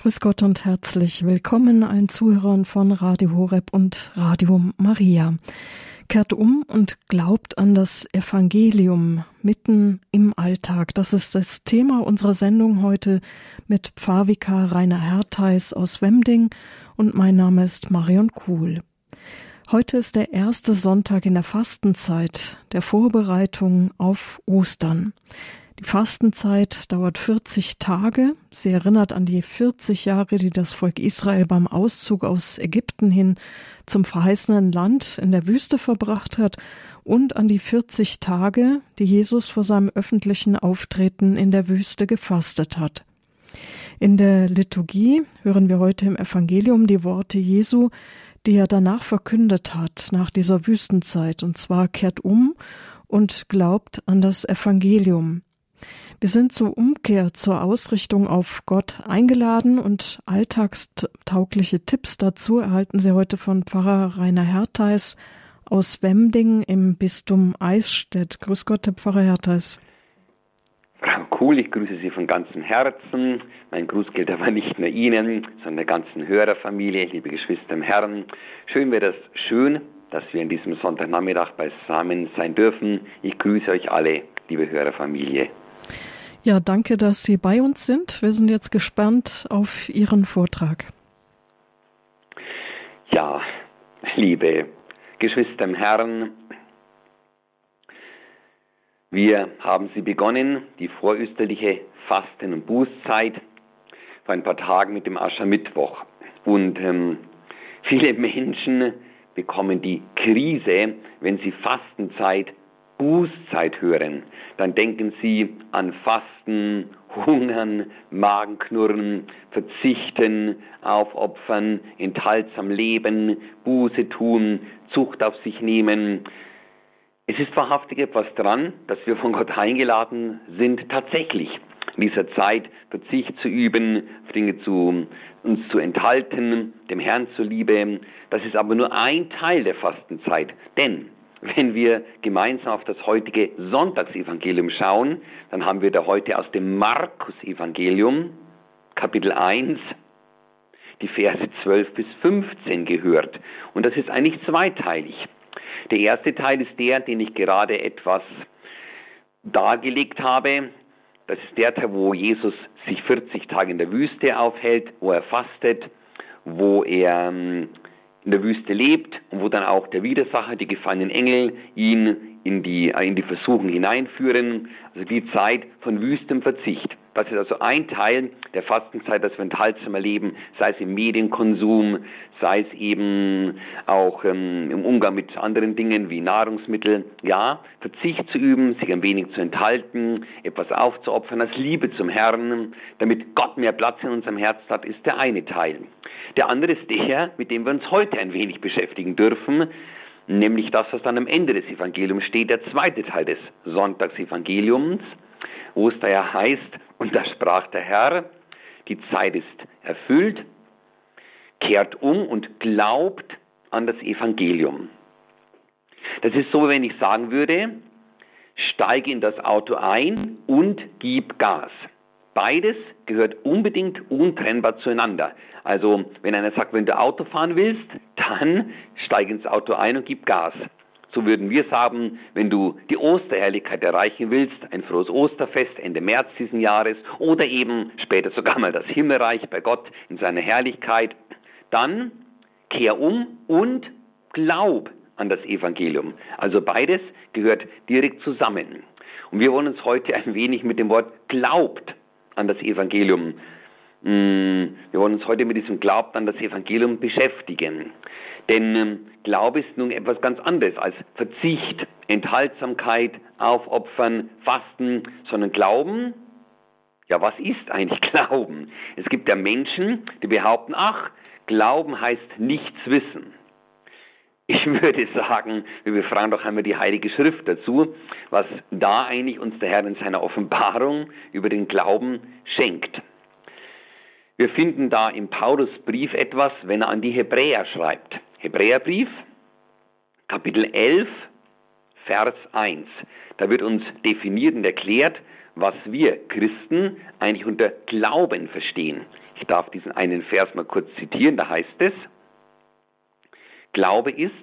Grüß Gott und herzlich willkommen allen Zuhörern von Radio Horeb und Radio Maria. Kehrt um und glaubt an das Evangelium mitten im Alltag. Das ist das Thema unserer Sendung heute mit Pfarrvikar Rainer Hertheis aus Wemding und mein Name ist Marion Kuhl. Heute ist der erste Sonntag in der Fastenzeit, der Vorbereitung auf Ostern. Die Fastenzeit dauert 40 Tage. Sie erinnert an die 40 Jahre, die das Volk Israel beim Auszug aus Ägypten hin zum verheißenen Land in der Wüste verbracht hat und an die 40 Tage, die Jesus vor seinem öffentlichen Auftreten in der Wüste gefastet hat. In der Liturgie hören wir heute im Evangelium die Worte Jesu, die er danach verkündet hat, nach dieser Wüstenzeit, und zwar: kehrt um und glaubt an das Evangelium. Wir sind zur Umkehr, zur Ausrichtung auf Gott eingeladen und alltagstaugliche Tipps dazu erhalten Sie heute von Pfarrer Rainer Hertheis aus Wemding im Bistum Eichstätt. Grüß Gott, Herr Pfarrer Hertheis. Frau Kuhl, ich grüße Sie von ganzem Herzen. Mein Gruß gilt aber nicht nur Ihnen, sondern der ganzen Hörerfamilie, liebe Geschwister im Herrn. Schön, dass wir an diesem Sonntagnachmittag beisammen sein dürfen. Ich grüße euch alle, liebe Hörerfamilie. Ja, danke, dass Sie bei uns sind. Wir sind jetzt gespannt auf Ihren Vortrag. Ja, liebe Geschwister im Herrn, wir haben sie begonnen, die vorösterliche Fasten- und Bußzeit, vor ein paar Tagen mit dem Aschermittwoch. Und viele Menschen bekommen die Krise, wenn sie Fastenzeit, Bußzeit hören. Dann denken sie an Fasten, Hungern, Magenknurren, Verzichten, Aufopfern, enthaltsam leben, Buße tun, Zucht auf sich nehmen. Es ist wahrhaftig etwas dran, dass wir von Gott eingeladen sind, tatsächlich in dieser Zeit Verzicht zu üben, Dinge uns zu enthalten, dem Herrn zuliebe. Das ist aber nur ein Teil der Fastenzeit. Denn wenn wir gemeinsam auf das heutige Sonntagsevangelium schauen, dann haben wir da heute aus dem Markus-Evangelium, Kapitel 1, die Verse 12 bis 15 gehört. Und das ist eigentlich zweiteilig. Der erste Teil ist der, den ich gerade etwas dargelegt habe. Das ist der Teil, wo Jesus sich 40 Tage in der Wüste aufhält, wo er fastet, wo er in der Wüste lebt und wo dann auch der Widersacher, die gefallenen Engel, ihn in die Versuchung hineinführen. Also die Zeit von wüstem Verzicht. Das ist also ein Teil der Fastenzeit, das wir enthaltsam erleben, sei es im Medienkonsum, sei es eben auch im Umgang mit anderen Dingen wie Nahrungsmittel. Ja, Verzicht zu üben, sich ein wenig zu enthalten, etwas aufzuopfern als Liebe zum Herrn, damit Gott mehr Platz in unserem Herz hat, ist der eine Teil. Der andere ist der, mit dem wir uns heute ein wenig beschäftigen dürfen, nämlich das, was dann am Ende des Evangeliums steht, der zweite Teil des Sonntagsevangeliums, wo es daher heißt: und da sprach der Herr, die Zeit ist erfüllt, kehrt um und glaubt an das Evangelium. Das ist so, wenn ich sagen würde, steige in das Auto ein und gib Gas. Beides gehört unbedingt untrennbar zueinander. Also wenn einer sagt, wenn du Auto fahren willst, dann steig ins Auto ein und gib Gas. So würden wir sagen, wenn du die Osterherrlichkeit erreichen willst, ein frohes Osterfest Ende März diesen Jahres oder eben später sogar mal das Himmelreich bei Gott in seiner Herrlichkeit, dann kehr um und glaub an das Evangelium. Also beides gehört direkt zusammen. Und wir wollen uns heute ein wenig mit dem Wort glaubt an das Evangelium. Wir wollen uns heute mit diesem Glaubt an das Evangelium beschäftigen. Denn Glaube ist nun etwas ganz anderes als Verzicht, Enthaltsamkeit, Aufopfern, Fasten, sondern Glauben, ja, was ist eigentlich Glauben? Es gibt ja Menschen, die behaupten, ach, Glauben heißt nichts wissen. Ich würde sagen, wir befragen doch einmal die Heilige Schrift dazu, was da eigentlich uns der Herr in seiner Offenbarung über den Glauben schenkt. Wir finden da im Paulusbrief etwas, wenn er an die Hebräer schreibt. Hebräerbrief, Kapitel 11, Vers 1. Da wird uns definiert und erklärt, was wir Christen eigentlich unter Glauben verstehen. Ich darf diesen einen Vers mal kurz zitieren, da heißt es, Glaube ist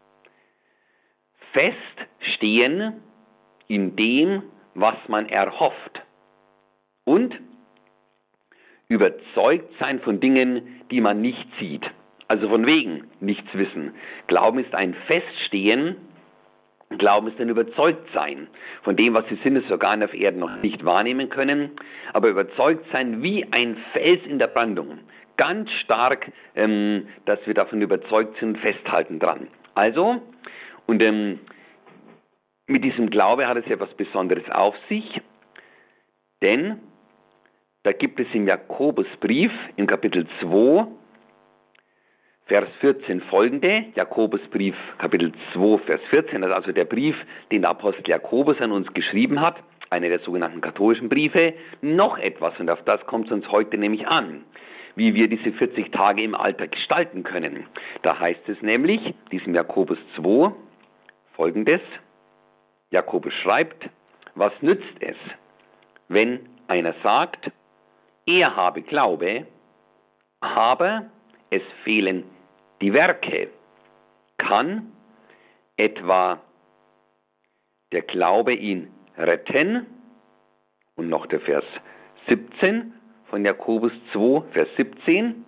Feststehen in dem, was man erhofft und überzeugt sein von Dingen, die man nicht sieht. Also von wegen nichts wissen. Glauben ist ein Feststehen, Glauben ist ein Überzeugtsein von dem, was die Sinnesorgane auf Erden noch nicht wahrnehmen können, aber überzeugt sein wie ein Fels in der Brandung. Ganz stark, dass wir davon überzeugt sind und festhalten dran. Also, und mit diesem Glaube hat es ja etwas Besonderes auf sich, denn da gibt es im Jakobusbrief im Kapitel 2, Vers 14 folgende, Jakobusbrief Kapitel 2, Vers 14, das ist also der Brief, den der Apostel Jakobus an uns geschrieben hat, einer der sogenannten katholischen Briefe, noch etwas, und auf das kommt es uns heute nämlich an, wie wir diese 40 Tage im Alltag gestalten können. Da heißt es nämlich, diesem Jakobus 2, folgendes, Jakobus schreibt, was nützt es, wenn einer sagt, er habe Glaube, aber es fehlen die Werke. Kann etwa der Glaube ihn retten? Und noch der Vers 17 von Jakobus 2, Vers 17.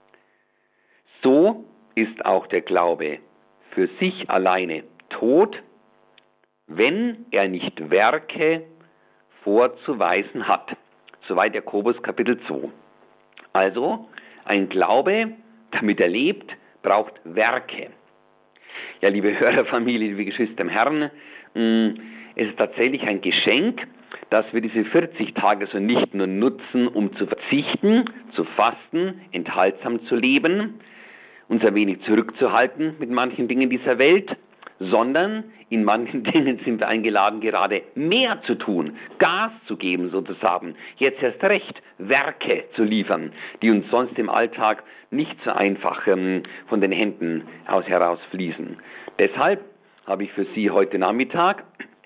So ist auch der Glaube für sich alleine tot, wenn er nicht Werke vorzuweisen hat. Soweit Jakobus Kapitel 2. Also, ein Glaube, damit er lebt, braucht Werke. Ja, liebe Hörerfamilie, liebe Geschwister im Herrn, es ist tatsächlich ein Geschenk, dass wir diese 40 Tage so nicht nur nutzen, um zu verzichten, zu fasten, enthaltsam zu leben, uns ein wenig zurückzuhalten mit manchen Dingen dieser Welt, sondern in manchen Dingen sind wir eingeladen, gerade mehr zu tun, Gas zu geben sozusagen, jetzt erst recht Werke zu liefern, die uns sonst im Alltag nicht so einfach von den Händen aus herausfließen. Deshalb habe ich für Sie heute Nachmittag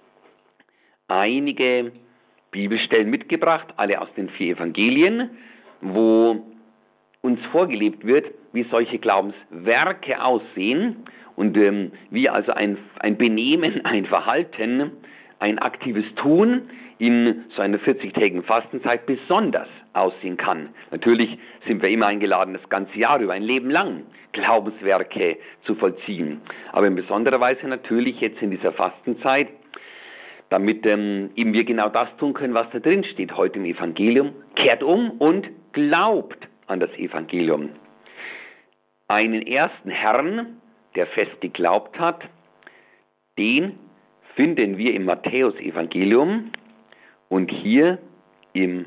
einige Bibelstellen mitgebracht, alle aus den 4 Evangelien, wo uns vorgelebt wird, wie solche Glaubenswerke aussehen und wie also ein Benehmen, ein Verhalten, ein aktives Tun in so einer 40-tägigen Fastenzeit besonders aussehen kann. Natürlich sind wir immer eingeladen, das ganze Jahr über, ein Leben lang, Glaubenswerke zu vollziehen. Aber in besonderer Weise natürlich jetzt in dieser Fastenzeit, damit eben wir genau das tun können, was da drin steht heute im Evangelium. Kehrt um und glaubt an das Evangelium. Einen ersten Herrn, der fest geglaubt hat, den finden wir im Matthäus-Evangelium und hier im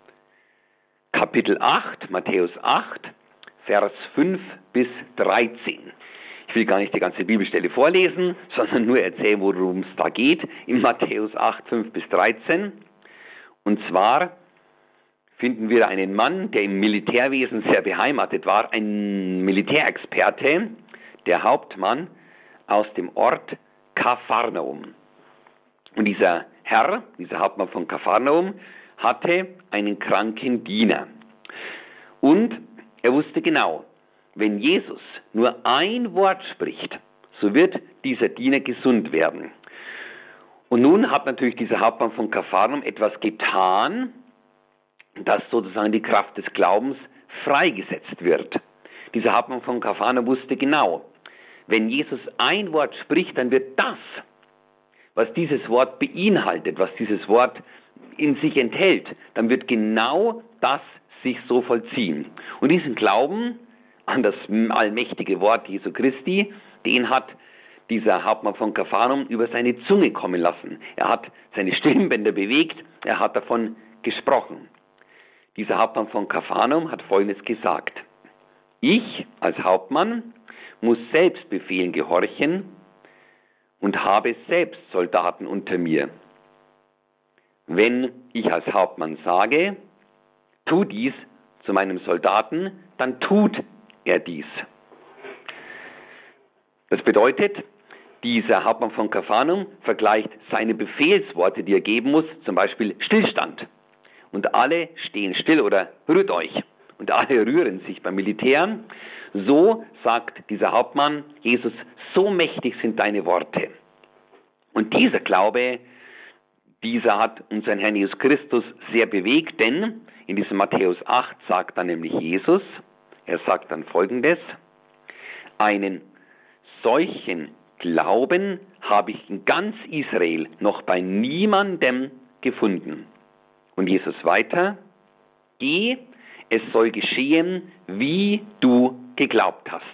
Kapitel 8, Matthäus 8, Vers 5 bis 13. Ich will gar nicht die ganze Bibelstelle vorlesen, sondern nur erzählen, worum es da geht, in Matthäus 8, 5 bis 13. Und zwar finden wir einen Mann, der im Militärwesen sehr beheimatet war, ein Militärexperte, der Hauptmann aus dem Ort Kapharnaum. Und dieser Herr, dieser Hauptmann von Kapharnaum, hatte einen kranken Diener. Und er wusste genau, wenn Jesus nur ein Wort spricht, so wird dieser Diener gesund werden. Und nun hat natürlich dieser Hauptmann von Kapharnaum etwas getan, dass sozusagen die Kraft des Glaubens freigesetzt wird. Dieser Hauptmann von Kapharnaum wusste genau, wenn Jesus ein Wort spricht, dann wird das, was dieses Wort beinhaltet, was dieses Wort in sich enthält, dann wird genau das sich so vollziehen. Und diesen Glauben an das allmächtige Wort Jesu Christi, den hat dieser Hauptmann von Kapharnaum über seine Zunge kommen lassen. Er hat seine Stimmbänder bewegt, er hat davon gesprochen. Dieser Hauptmann von Kapharnaum hat Folgendes gesagt: Ich als Hauptmann muss selbst Befehlen gehorchen und habe selbst Soldaten unter mir. Wenn ich als Hauptmann sage, tu dies zu meinem Soldaten, dann tut er dies. Das bedeutet, dieser Hauptmann von Kapharnaum vergleicht seine Befehlsworte, die er geben muss, zum Beispiel Stillstand. Und alle stehen still oder rührt euch. und alle rühren sich beim Militär. So sagt dieser Hauptmann, Jesus, so mächtig sind deine Worte. Und dieser Glaube, dieser hat unseren Herrn Jesus Christus sehr bewegt, denn in diesem Matthäus 8 sagt dann nämlich Jesus, er sagt dann Folgendes: Einen solchen Glauben habe ich in ganz Israel noch bei niemandem gefunden. Und Jesus weiter: Geh, es soll geschehen, wie du geglaubt hast.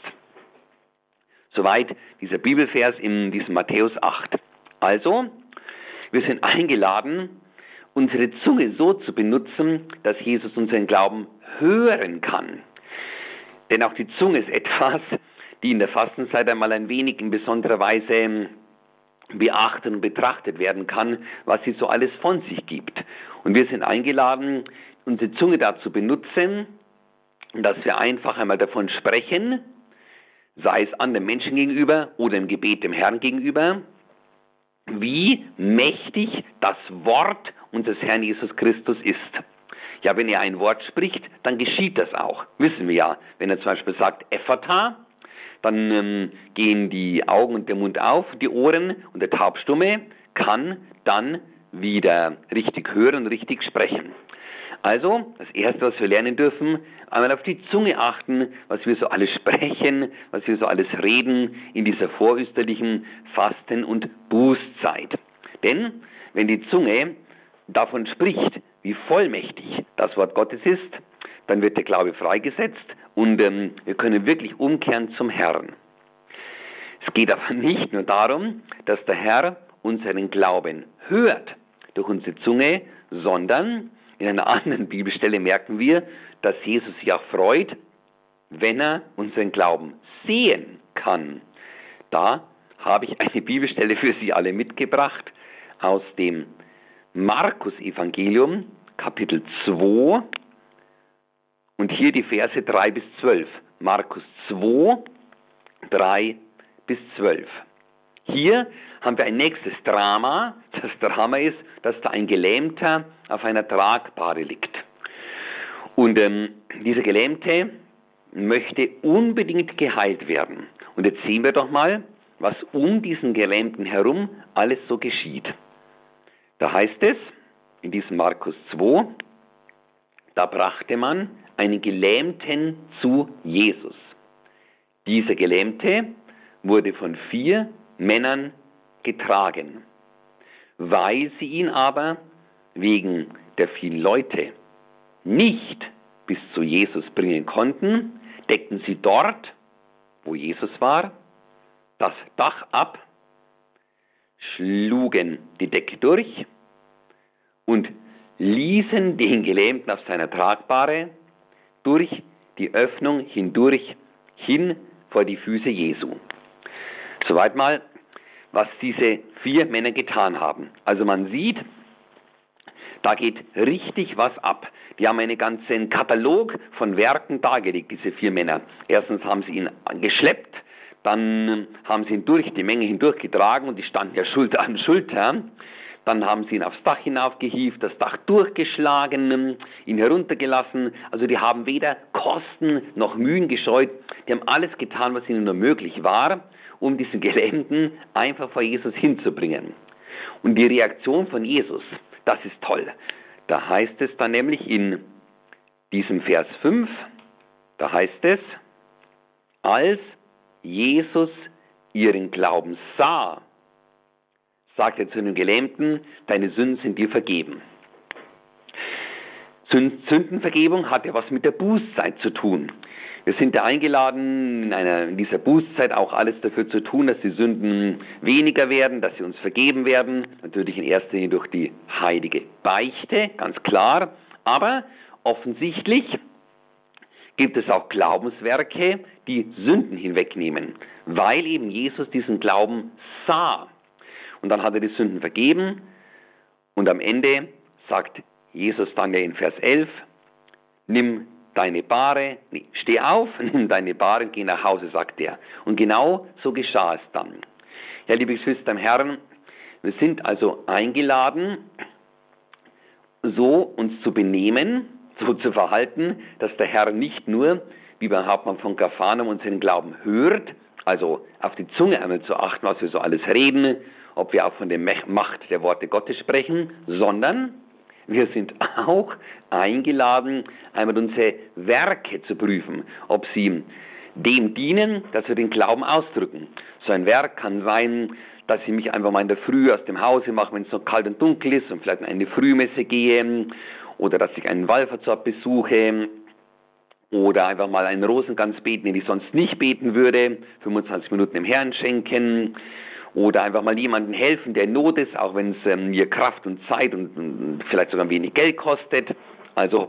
Soweit dieser Bibelvers in diesem Matthäus 8. Also, wir sind eingeladen, unsere Zunge so zu benutzen, dass Jesus unseren Glauben hören kann. Denn auch die Zunge ist etwas, die in der Fastenzeit einmal ein wenig in besonderer Weise beachtet und betrachtet werden kann, was sie so alles von sich gibt. Und wir sind eingeladen, unsere Zunge dazu benutzen, dass wir einfach einmal davon sprechen, sei es anderen Menschen gegenüber oder im Gebet dem Herrn gegenüber, wie mächtig das Wort unseres Herrn Jesus Christus ist. Ja, wenn er ein Wort spricht, dann geschieht das auch. Wissen wir ja. Wenn er zum Beispiel sagt, Ephata, dann gehen die Augen und der Mund auf, die Ohren, und der Taubstumme kann dann wieder richtig hören und richtig sprechen. Also, das Erste, was wir lernen dürfen, einmal auf die Zunge achten, was wir so alles sprechen, was wir so alles reden in dieser vorösterlichen Fasten- und Bußzeit. Denn wenn die Zunge davon spricht, wie vollmächtig das Wort Gottes ist, dann wird der Glaube freigesetzt und wir können wirklich umkehren zum Herrn. Es geht aber nicht nur darum, dass der Herr unseren Glauben hört durch unsere Zunge, sondern in einer anderen Bibelstelle merken wir, dass Jesus sich auch freut, wenn er unseren Glauben sehen kann. Da habe ich eine Bibelstelle für Sie alle mitgebracht aus dem Markus-Evangelium, Kapitel 2, und hier die Verse 3 bis 12. Markus 2, 3 bis 12. Hier haben wir ein nächstes Drama. Das Drama ist, dass da ein Gelähmter auf einer Tragbahre liegt. Und dieser Gelähmte möchte unbedingt geheilt werden. Und jetzt sehen wir doch mal, was um diesen Gelähmten herum alles so geschieht. Da heißt es, in diesem Markus 2, da brachte man einen Gelähmten zu Jesus. Dieser Gelähmte wurde von 4 Männern getragen. Weil sie ihn aber wegen der vielen Leute nicht bis zu Jesus bringen konnten, deckten sie dort, wo Jesus war, das Dach ab, schlugen die Decke durch und ließen den Gelähmten auf seiner Tragbahre durch die Öffnung hindurch hin vor die Füße Jesu. Soweit mal, was diese 4 Männer getan haben. Also man sieht, da geht richtig was ab. Die haben einen ganzen Katalog von Werken dargelegt, diese 4 Männer. Erstens haben sie ihn geschleppt, dann haben sie ihn durch die Menge hindurchgetragen und die standen ja Schulter an Schulter. Dann haben sie ihn aufs Dach hinaufgehievt, das Dach durchgeschlagen, ihn heruntergelassen. Also die haben weder Kosten noch Mühen gescheut. Die haben alles getan, was ihnen nur möglich war, um diesen Gelähmten einfach vor Jesus hinzubringen. Und die Reaktion von Jesus, das ist toll. Da heißt es dann nämlich in diesem Vers 5, da heißt es, als Jesus ihren Glauben sah, sagt er zu dem Gelähmten, deine Sünden sind dir vergeben. Sündenvergebung hat ja was mit der Bußzeit zu tun. Wir sind ja eingeladen, in dieser Bußzeit auch alles dafür zu tun, dass die Sünden weniger werden, dass sie uns vergeben werden. Natürlich in erster Linie durch die heilige Beichte, ganz klar. Aber offensichtlich gibt es auch Glaubenswerke, die Sünden hinwegnehmen, weil eben Jesus diesen Glauben sah. Und dann hat er die Sünden vergeben und am Ende sagt Jesus dann ja in Vers 11, steh auf, nimm deine Bahre und geh nach Hause, sagt er. Und genau so geschah es dann. Ja, liebe Geschwister im Herrn, wir sind also eingeladen, so uns zu benehmen, so zu verhalten, dass der Herr nicht nur, wie beim Hauptmann von Kapharnaum, unseren Glauben hört, also auf die Zunge einmal zu achten, was wir so alles reden, ob wir auch von der Macht der Worte Gottes sprechen, sondern wir sind auch eingeladen, einmal unsere Werke zu prüfen, ob sie dem dienen, dass wir den Glauben ausdrücken. So ein Werk kann sein, dass ich mich einfach mal in der Früh aus dem Hause mache, wenn es noch kalt und dunkel ist und vielleicht in eine Frühmesse gehe oder dass ich einen Wallfahrtsort besuche oder einfach mal einen Rosenkranz beten, den ich sonst nicht beten würde, 25 Minuten dem Herrn schenken oder einfach mal jemandem helfen, der in Not ist, auch wenn es mir Kraft und Zeit und vielleicht sogar ein wenig Geld kostet. Also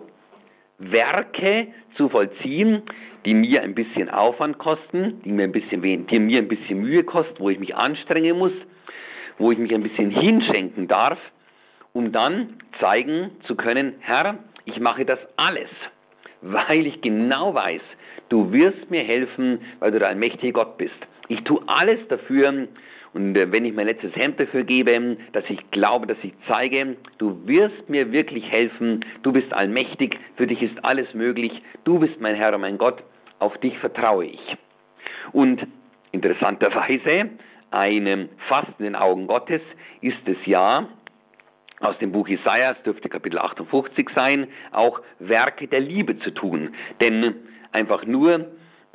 Werke zu vollziehen, die mir ein bisschen Aufwand kosten, die mir ein bisschen Mühe kosten, wo ich mich anstrengen muss, wo ich mich ein bisschen hinschenken darf, um dann zeigen zu können, Herr, ich mache das alles, weil ich genau weiß, du wirst mir helfen, weil du der allmächtige Gott bist. Ich tue alles dafür und wenn ich mein letztes Hemd dafür gebe, dass ich glaube, dass ich zeige, du wirst mir wirklich helfen, du bist allmächtig, für dich ist alles möglich, du bist mein Herr und mein Gott, auf dich vertraue ich. Und interessanterweise, ein Fasten in den Augen Gottes ist es ja, aus dem Buch Jesaja, es dürfte Kapitel 58 sein, auch Werke der Liebe zu tun. Denn einfach nur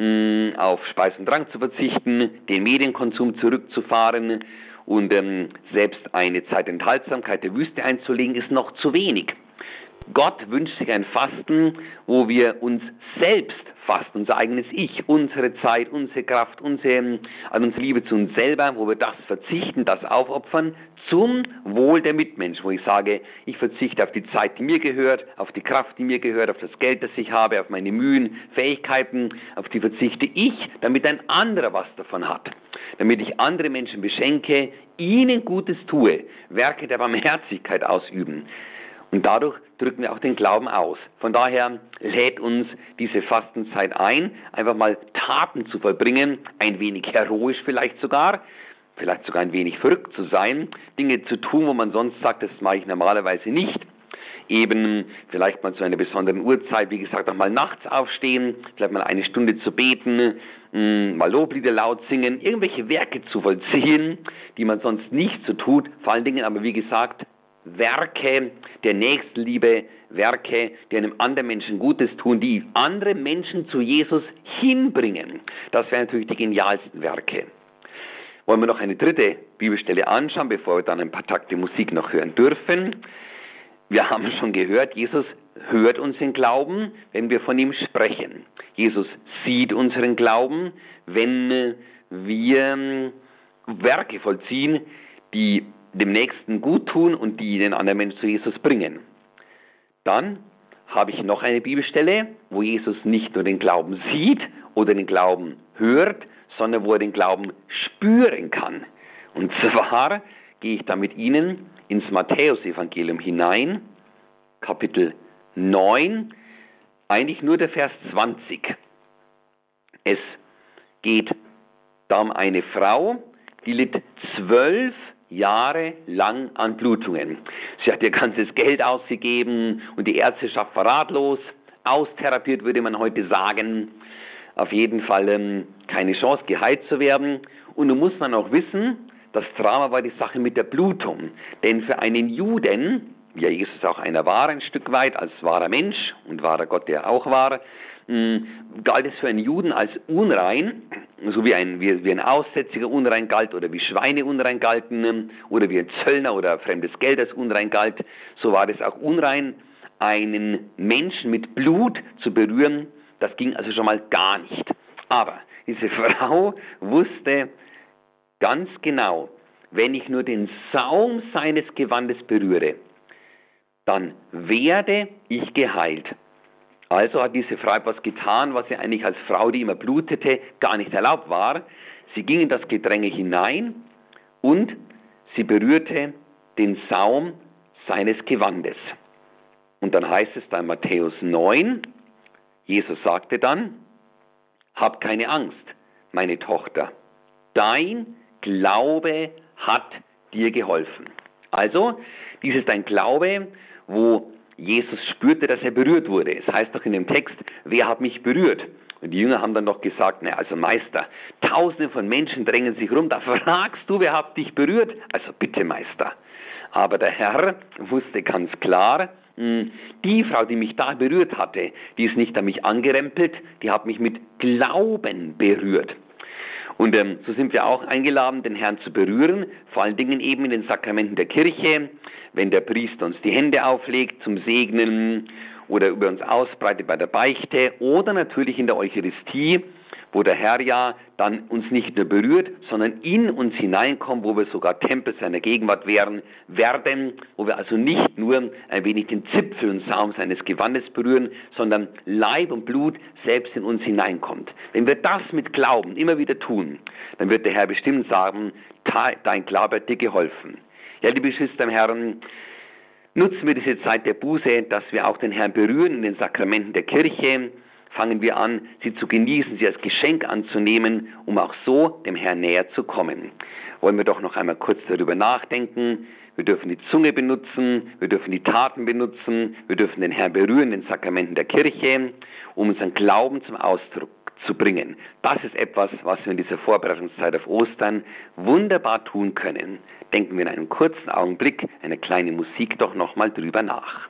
auf Speis und Trank zu verzichten, den Medienkonsum zurückzufahren und selbst eine Zeit Enthaltsamkeit der Wüste einzulegen, ist noch zu wenig. Gott wünscht sich ein Fasten, wo wir uns selbst fasten, unser eigenes Ich, unsere Zeit, unsere Kraft, unsere Liebe zu uns selber, wo wir das verzichten, das aufopfern, zum Wohl der Mitmenschen, wo ich sage, ich verzichte auf die Zeit, die mir gehört, auf die Kraft, die mir gehört, auf das Geld, das ich habe, auf meine Mühen, Fähigkeiten, auf die verzichte ich, damit ein anderer was davon hat, damit ich andere Menschen beschenke, ihnen Gutes tue, Werke der Barmherzigkeit ausüben. Und dadurch drücken wir auch den Glauben aus. Von daher lädt uns diese Fastenzeit ein, einfach mal Taten zu vollbringen, ein wenig heroisch vielleicht sogar ein wenig verrückt zu sein, Dinge zu tun, wo man sonst sagt, das mache ich normalerweise nicht. Eben vielleicht mal zu einer besonderen Uhrzeit, wie gesagt, auch mal nachts aufstehen, vielleicht mal eine Stunde zu beten, mal Loblieder laut singen, irgendwelche Werke zu vollziehen, die man sonst nicht so tut, vor allen Dingen aber wie gesagt, Werke der Nächstenliebe, Werke, die einem anderen Menschen Gutes tun, die andere Menschen zu Jesus hinbringen. Das wären natürlich die genialsten Werke. Wollen wir noch eine dritte Bibelstelle anschauen, bevor wir dann ein paar Takte Musik noch hören dürfen. Wir haben schon gehört, Jesus hört unseren Glauben, wenn wir von ihm sprechen. Jesus sieht unseren Glauben, wenn wir Werke vollziehen, die dem Nächsten gut tun und die den anderen Menschen zu Jesus bringen. Dann habe ich noch eine Bibelstelle, wo Jesus nicht nur den Glauben sieht oder den Glauben hört, sondern wo er den Glauben spüren kann. Und zwar gehe ich da mit Ihnen ins Matthäus-Evangelium hinein, Kapitel 9, eigentlich nur der Vers 20. Es geht da um eine Frau, die litt 12 Jahre lang an Blutungen. Sie hat ihr ganzes Geld ausgegeben und die Ärzteschaft war ratlos, austherapiert würde man heute sagen. Auf jeden Fall keine Chance, geheilt zu werden. Und nun muss man auch wissen, das Drama war die Sache mit der Blutung. Denn für einen Juden, wie ja Jesus auch einer war, ein Stück weit, als wahrer Mensch und wahrer Gott, der auch war, galt es für einen Juden als unrein, so wie ein Aussätziger unrein galt oder wie Schweine unrein galten oder wie ein Zöllner oder fremdes Geld als unrein galt, so war es auch unrein, einen Menschen mit Blut zu berühren. Das ging also schon mal gar nicht. Aber diese Frau wusste ganz genau, wenn ich nur den Saum seines Gewandes berühre, dann werde ich geheilt. Also hat diese Frau etwas getan, was sie eigentlich als Frau, die immer blutete, gar nicht erlaubt war. Sie ging in das Gedränge hinein und sie berührte den Saum seines Gewandes. Und dann heißt es da in Matthäus 9, Jesus sagte dann, hab keine Angst, meine Tochter, dein Glaube hat dir geholfen. Also, dies ist ein Glaube, wo Jesus spürte, dass er berührt wurde. Es heißt doch in dem Text, wer hat mich berührt? Und die Jünger haben dann doch gesagt, also Meister, Tausende von Menschen drängen sich rum, da fragst du, wer hat dich berührt? Also bitte Meister. Aber der Herr wusste ganz klar, die Frau, die mich da berührt hatte, die ist nicht an mich angerempelt, die hat mich mit Glauben berührt. Und so sind wir auch eingeladen, den Herrn zu berühren, vor allen Dingen eben in den Sakramenten der Kirche, wenn der Priester uns die Hände auflegt zum Segnen oder über uns ausbreitet bei der Beichte oder natürlich in der Eucharistie, wo der Herr ja dann uns nicht nur berührt, sondern in uns hineinkommt, wo wir sogar Tempel seiner Gegenwart werden, wo wir also nicht nur ein wenig den Zipfel und Saum seines Gewandes berühren, sondern Leib und Blut selbst in uns hineinkommt. Wenn wir das mit Glauben immer wieder tun, dann wird der Herr bestimmt sagen, dein Glaube hat dir geholfen. Ja, liebe Geschwister im Herrn, nutzen wir diese Zeit der Buße, dass wir auch den Herrn berühren in den Sakramenten der Kirche. Fangen wir an, sie zu genießen, sie als Geschenk anzunehmen, um auch so dem Herrn näher zu kommen. Wollen wir doch noch einmal kurz darüber nachdenken. Wir dürfen die Zunge benutzen, wir dürfen die Taten benutzen, wir dürfen den Herrn berühren in den Sakramenten der Kirche, um unseren Glauben zum Ausdruck zu bringen. Das ist etwas, was wir in dieser Vorbereitungszeit auf Ostern wunderbar tun können. Denken wir in einem kurzen Augenblick, eine kleine Musik doch nochmal drüber nach.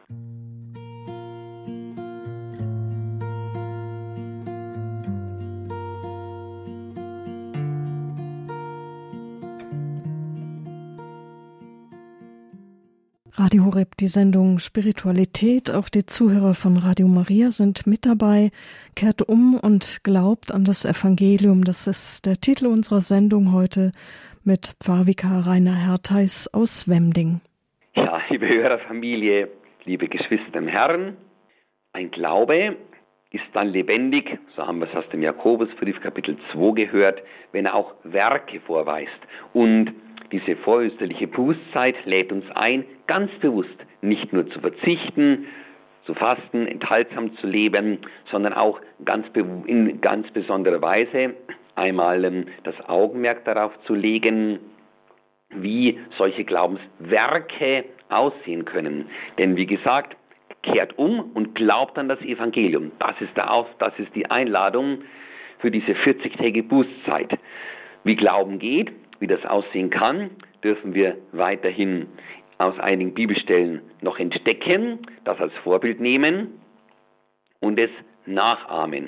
Radio Horeb, die Sendung Spiritualität. Auch die Zuhörer von Radio Maria sind mit dabei. Kehrt um und glaubt an das Evangelium. Das ist der Titel unserer Sendung heute mit Pfarrvikar Rainer Hertheis aus Wemding. Ja, liebe Hörerfamilie, liebe Geschwister im Herrn, ein Glaube ist dann lebendig, so haben wir es aus dem Jakobusbrief Kapitel 2 gehört, wenn er auch Werke vorweist. Und diese vorösterliche Bußzeit lädt uns ein, ganz bewusst nicht nur zu verzichten, zu fasten, enthaltsam zu leben, sondern auch in ganz besonderer Weise einmal das Augenmerk darauf zu legen, wie solche Glaubenswerke aussehen können. Denn wie gesagt, kehrt um und glaubt an das Evangelium. Das ist die Einladung für diese 40-tägige Bußzeit. Wie Glauben geht, wie das aussehen kann, dürfen wir weiterhin aus einigen Bibelstellen noch entdecken, das als Vorbild nehmen und es nachahmen.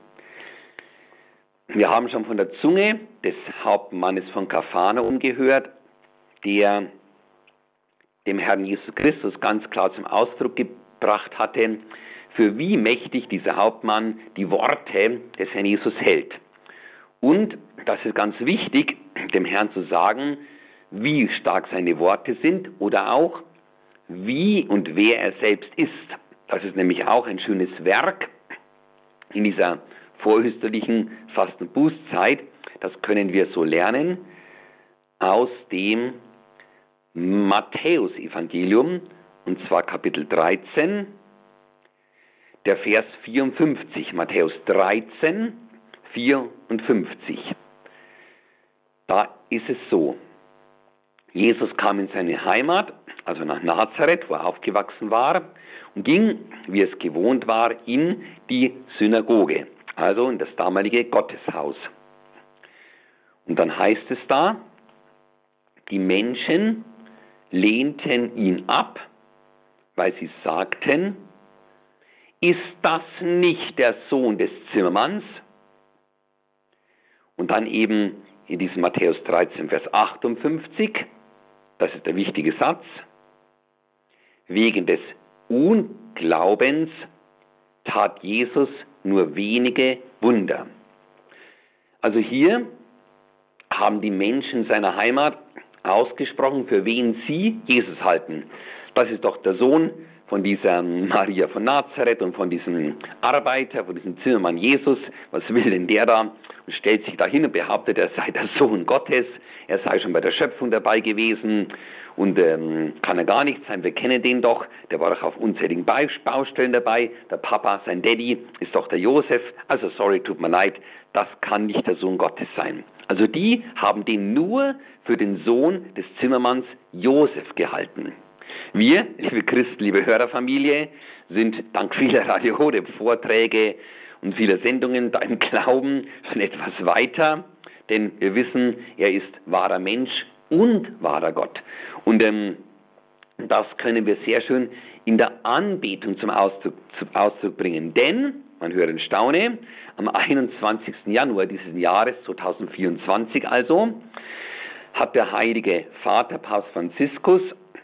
Wir haben schon von der Zunge des Hauptmannes von Kapharnaum gehört, der dem Herrn Jesus Christus ganz klar zum Ausdruck gebracht hatte, für wie mächtig dieser Hauptmann die Worte des Herrn Jesus hält. Und das ist ganz wichtig, dem Herrn zu sagen, wie stark seine Worte sind oder auch, wie und wer er selbst ist. Das ist nämlich auch ein schönes Werk in dieser vorösterlichen Fasten- und Bußzeit. Das können wir so lernen aus dem Matthäus-Evangelium, und zwar Kapitel 13, der Vers 54, Matthäus 13, 54. Da ist es so, Jesus kam in seine Heimat, also nach Nazareth, wo er aufgewachsen war, und ging, wie es gewohnt war, in die Synagoge, also in das damalige Gotteshaus. Und dann heißt es da, die Menschen lehnten ihn ab, weil sie sagten, ist das nicht der Sohn des Zimmermanns? Und dann eben in diesem Matthäus 13, Vers 58, das ist der wichtige Satz, wegen des Unglaubens tat Jesus nur wenige Wunder. Also hier haben die Menschen seiner Heimat ausgesprochen, für wen sie Jesus halten. Das ist doch der Sohn von dieser Maria von Nazareth und von diesem Arbeiter, von diesem Zimmermann Jesus. Was will denn der da? Und stellt sich dahin und behauptet, er sei der Sohn Gottes, er sei schon bei der Schöpfung dabei gewesen und kann er gar nicht sein. Wir kennen den doch, der war doch auf unzähligen Baustellen dabei. Der Papa, sein Daddy, ist doch der Josef. Also sorry, tut mir leid, das kann nicht der Sohn Gottes sein. Also die haben den nur für den Sohn des Zimmermanns Josef gehalten. Wir, liebe Christen, liebe Hörerfamilie, sind dank vieler Radio Horeb Vorträge und vieler Sendungen da im Glauben schon etwas weiter, denn wir wissen, er ist wahrer Mensch und wahrer Gott. Und das können wir sehr schön in der Anbetung zum Ausdruck bringen. Denn, man höre und staune, am 21. Januar dieses Jahres, 2024 also, hat der heilige Vater Papst Franziskus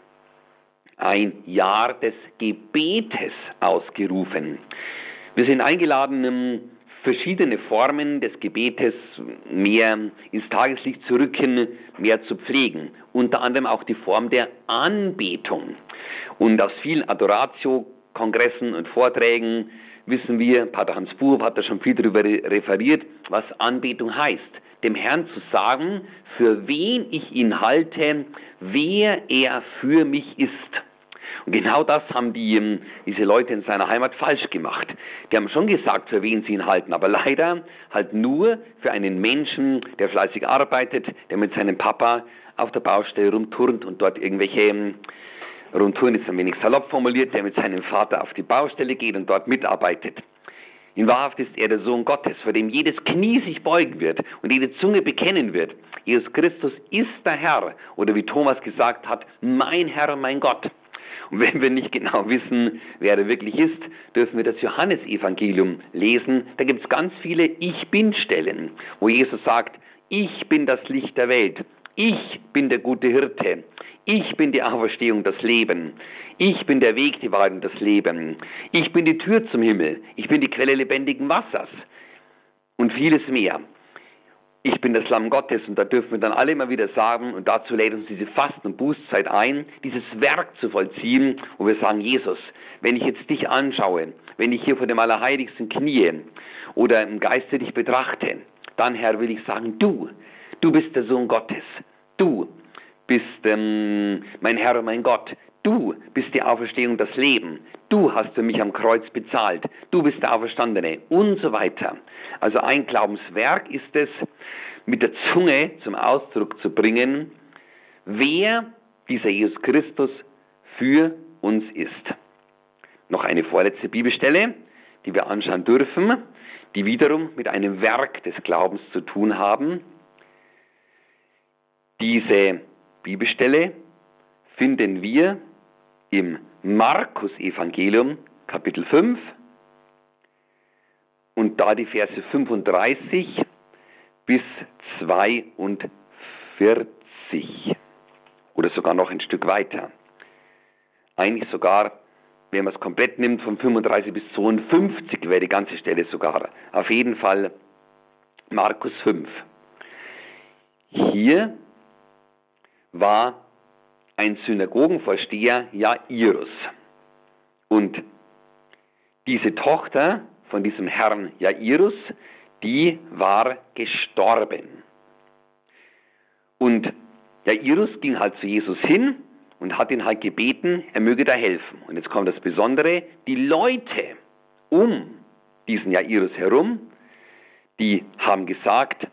ein Jahr des Gebetes ausgerufen. Wir sind eingeladen, verschiedene Formen des Gebetes mehr ins Tageslicht zu rücken, mehr zu pflegen. Unter anderem auch die Form der Anbetung. Und aus vielen Adoratio-Kongressen und Vorträgen wissen wir, Pater Hans Buhoff hat da schon viel darüber referiert, was Anbetung heißt. Dem Herrn zu sagen, für wen ich ihn halte, wer er für mich ist. Und genau das haben diese Leute in seiner Heimat falsch gemacht. Die haben schon gesagt, für wen sie ihn halten, aber leider halt nur für einen Menschen, der fleißig arbeitet, der mit seinem Papa auf der Baustelle rumturnt und dort irgendwelche, rumturnen ist ein wenig salopp formuliert, der mit seinem Vater auf die Baustelle geht und dort mitarbeitet. In Wahrheit ist er der Sohn Gottes, vor dem jedes Knie sich beugen wird und jede Zunge bekennen wird. Jesus Christus ist der Herr, oder wie Thomas gesagt hat, mein Herr und mein Gott. Und wenn wir nicht genau wissen, wer er wirklich ist, dürfen wir das Johannesevangelium lesen. Da gibt es ganz viele Ich-Bin-Stellen, wo Jesus sagt, ich bin das Licht der Welt, ich bin der gute Hirte, ich bin die Auferstehung, das Leben, ich bin der Weg, die Wahrheit und das Leben, ich bin die Tür zum Himmel, ich bin die Quelle lebendigen Wassers und vieles mehr. Ich bin das Lamm Gottes, und da dürfen wir dann alle immer wieder sagen, und dazu lädt uns diese Fasten- und Bußzeit ein, dieses Werk zu vollziehen, wo wir sagen, Jesus, wenn ich jetzt dich anschaue, wenn ich hier vor dem Allerheiligsten kniee oder im Geiste dich betrachte, dann, Herr, will ich sagen, du bist der Sohn Gottes, du bist mein Herr und mein Gott, du bist die Auferstehung, das Leben, du hast für mich am Kreuz bezahlt, du bist der Auferstandene und so weiter. Also ein Glaubenswerk ist es, mit der Zunge zum Ausdruck zu bringen, wer dieser Jesus Christus für uns ist. Noch eine vorletzte Bibelstelle, die wir anschauen dürfen, die wiederum mit einem Werk des Glaubens zu tun haben. Diese Bibelstelle finden wir im Markus-Evangelium, Kapitel 5, und da die Verse 35 bis 42 oder sogar noch ein Stück weiter. Eigentlich sogar, wenn man es komplett nimmt, von 35 bis 52 wäre die ganze Stelle sogar. Auf jeden Fall Markus 5. Hier war ein Synagogenvorsteher Jairus. Und diese Tochter von diesem Herrn Jairus, die war gestorben. Und Jairus ging halt zu Jesus hin und hat ihn halt gebeten, er möge da helfen. Und jetzt kommt das Besondere, die Leute um diesen Jairus herum, die haben gesagt,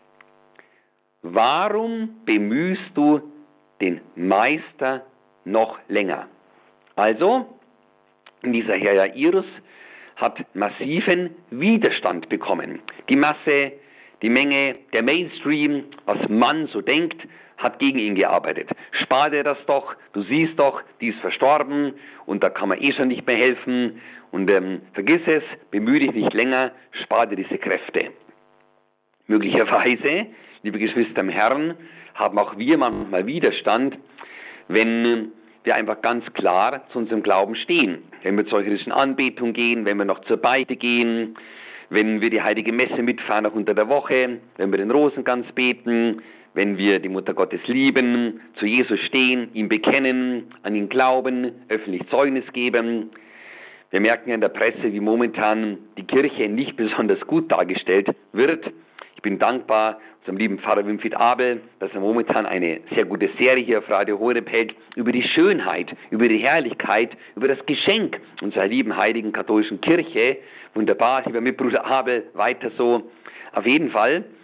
warum bemühst du den Meister noch länger? Also, dieser Herr Jairus hat massiven Widerstand bekommen. Die Masse, die Menge, der Mainstream, was man so denkt, hat gegen ihn gearbeitet. Spar dir das doch, du siehst doch, die ist verstorben und da kann man schon nicht mehr helfen und vergiss es, bemühe dich nicht länger, spar dir diese Kräfte. Möglicherweise, liebe Geschwister im Herrn, haben auch wir manchmal Widerstand, wenn wir einfach ganz klar zu unserem Glauben stehen. Wenn wir zur eucharistischen Anbetung gehen, wenn wir noch zur Beichte gehen, wenn wir die heilige Messe mitfahren, auch unter der Woche, wenn wir den Rosenkranz beten, wenn wir die Mutter Gottes lieben, zu Jesus stehen, ihm bekennen, an ihn glauben, öffentlich Zeugnis geben. Wir merken ja in der Presse, wie momentan die Kirche nicht besonders gut dargestellt wird. Ich bin dankbar unserem lieben Pfarrer Winfried Abel, dass er momentan eine sehr gute Serie hier auf Radio Horeb hält über die Schönheit, über die Herrlichkeit, über das Geschenk unserer lieben heiligen katholischen Kirche. Wunderbar, lieber Mitbruder Abel, weiter so. Auf jeden Fall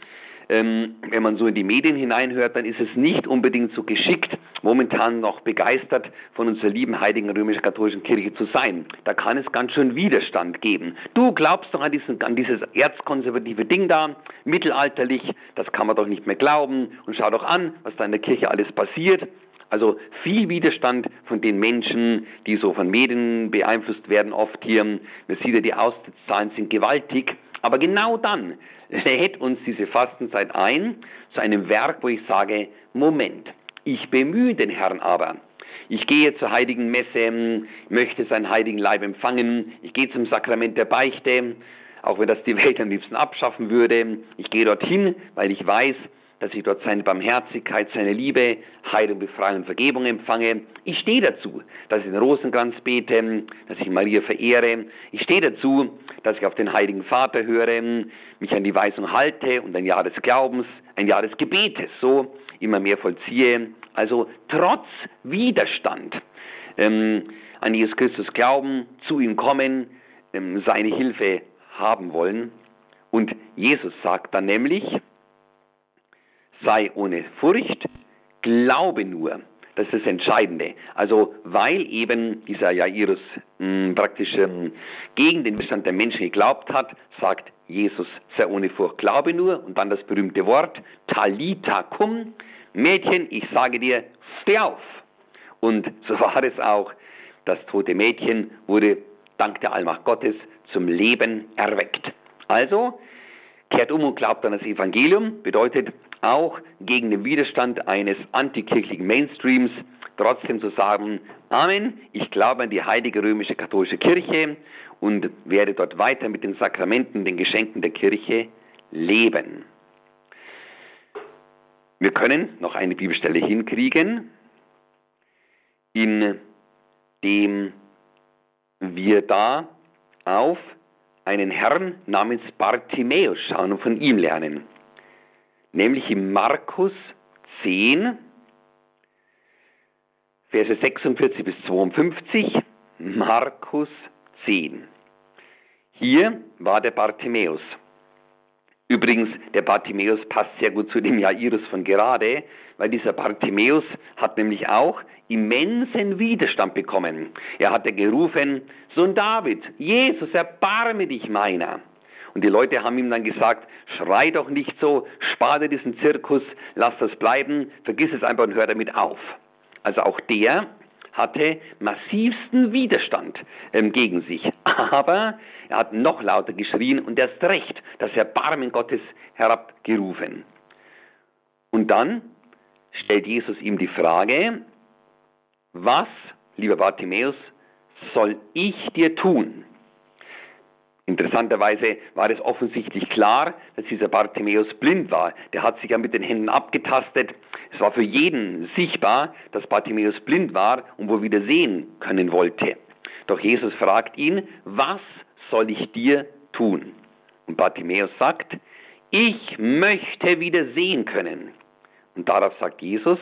wenn man so in die Medien hineinhört, dann ist es nicht unbedingt so geschickt, momentan noch begeistert von unserer lieben heiligen römisch-katholischen Kirche zu sein. Da kann es ganz schön Widerstand geben. Du glaubst doch an dieses erzkonservative Ding da, mittelalterlich, das kann man doch nicht mehr glauben und schau doch an, was da in der Kirche alles passiert. Also viel Widerstand von den Menschen, die so von Medien beeinflusst werden, oft hier. Man sieht ja, die Austrittszahlen sind gewaltig. Aber genau dann lädt uns diese Fastenzeit ein zu einem Werk, wo ich sage, Moment, ich bemühe den Herrn aber. Ich gehe zur heiligen Messe, möchte seinen heiligen Leib empfangen. Ich gehe zum Sakrament der Beichte, auch wenn das die Welt am liebsten abschaffen würde. Ich gehe dorthin, weil ich weiß, dass ich dort seine Barmherzigkeit, seine Liebe, Heilung, Befreiung und Vergebung empfange. Ich stehe dazu, dass ich den Rosenkranz bete, dass ich Maria verehre. Ich stehe dazu, dass ich auf den Heiligen Vater höre, mich an die Weisung halte und ein Jahr des Glaubens, ein Jahr des Gebetes, so immer mehr vollziehe. Also trotz Widerstand an Jesus Christus glauben, zu ihm kommen, seine Hilfe haben wollen. Und Jesus sagt dann nämlich, sei ohne Furcht, glaube nur. Das ist das Entscheidende. Also weil eben dieser Jairus praktisch gegen den Widerstand der Menschen geglaubt hat, sagt Jesus, sei ohne Furcht, glaube nur. Und dann das berühmte Wort, Talita cum, Mädchen, ich sage dir, steh auf. Und so war es auch. Das tote Mädchen wurde dank der Allmacht Gottes zum Leben erweckt. Also kehrt um und glaubt an das Evangelium, bedeutet auch gegen den Widerstand eines antikirchlichen Mainstreams trotzdem zu sagen, Amen, ich glaube an die heilige römische katholische Kirche und werde dort weiter mit den Sakramenten, den Geschenken der Kirche leben. Wir können noch eine Bibelstelle hinkriegen, in dem wir da auf einen Herrn namens Bartimäus schauen und von ihm lernen. Nämlich in Markus 10, Verse 46 bis 52, Markus 10. Hier war der Bartimäus. Übrigens, der Bartimäus passt sehr gut zu dem Jairus von gerade, weil dieser Bartimäus hat nämlich auch immensen Widerstand bekommen. Er hatte gerufen, Sohn David, Jesus, erbarme dich meiner. Und die Leute haben ihm dann gesagt, schrei doch nicht so, spare diesen Zirkus, lass das bleiben, vergiss es einfach und hör damit auf. Also auch der hatte massivsten Widerstand gegen sich. Aber er hat noch lauter geschrien und erst recht das Erbarmen Gottes herabgerufen. Und dann stellt Jesus ihm die Frage, was, lieber Bartimäus, soll ich dir tun? Interessanterweise war es offensichtlich klar, dass dieser Bartimäus blind war. Der hat sich ja mit den Händen abgetastet. Es war für jeden sichtbar, dass Bartimäus blind war und wohl wieder sehen können wollte. Doch Jesus fragt ihn, was soll ich dir tun? Und Bartimäus sagt, ich möchte wieder sehen können. Und darauf sagt Jesus,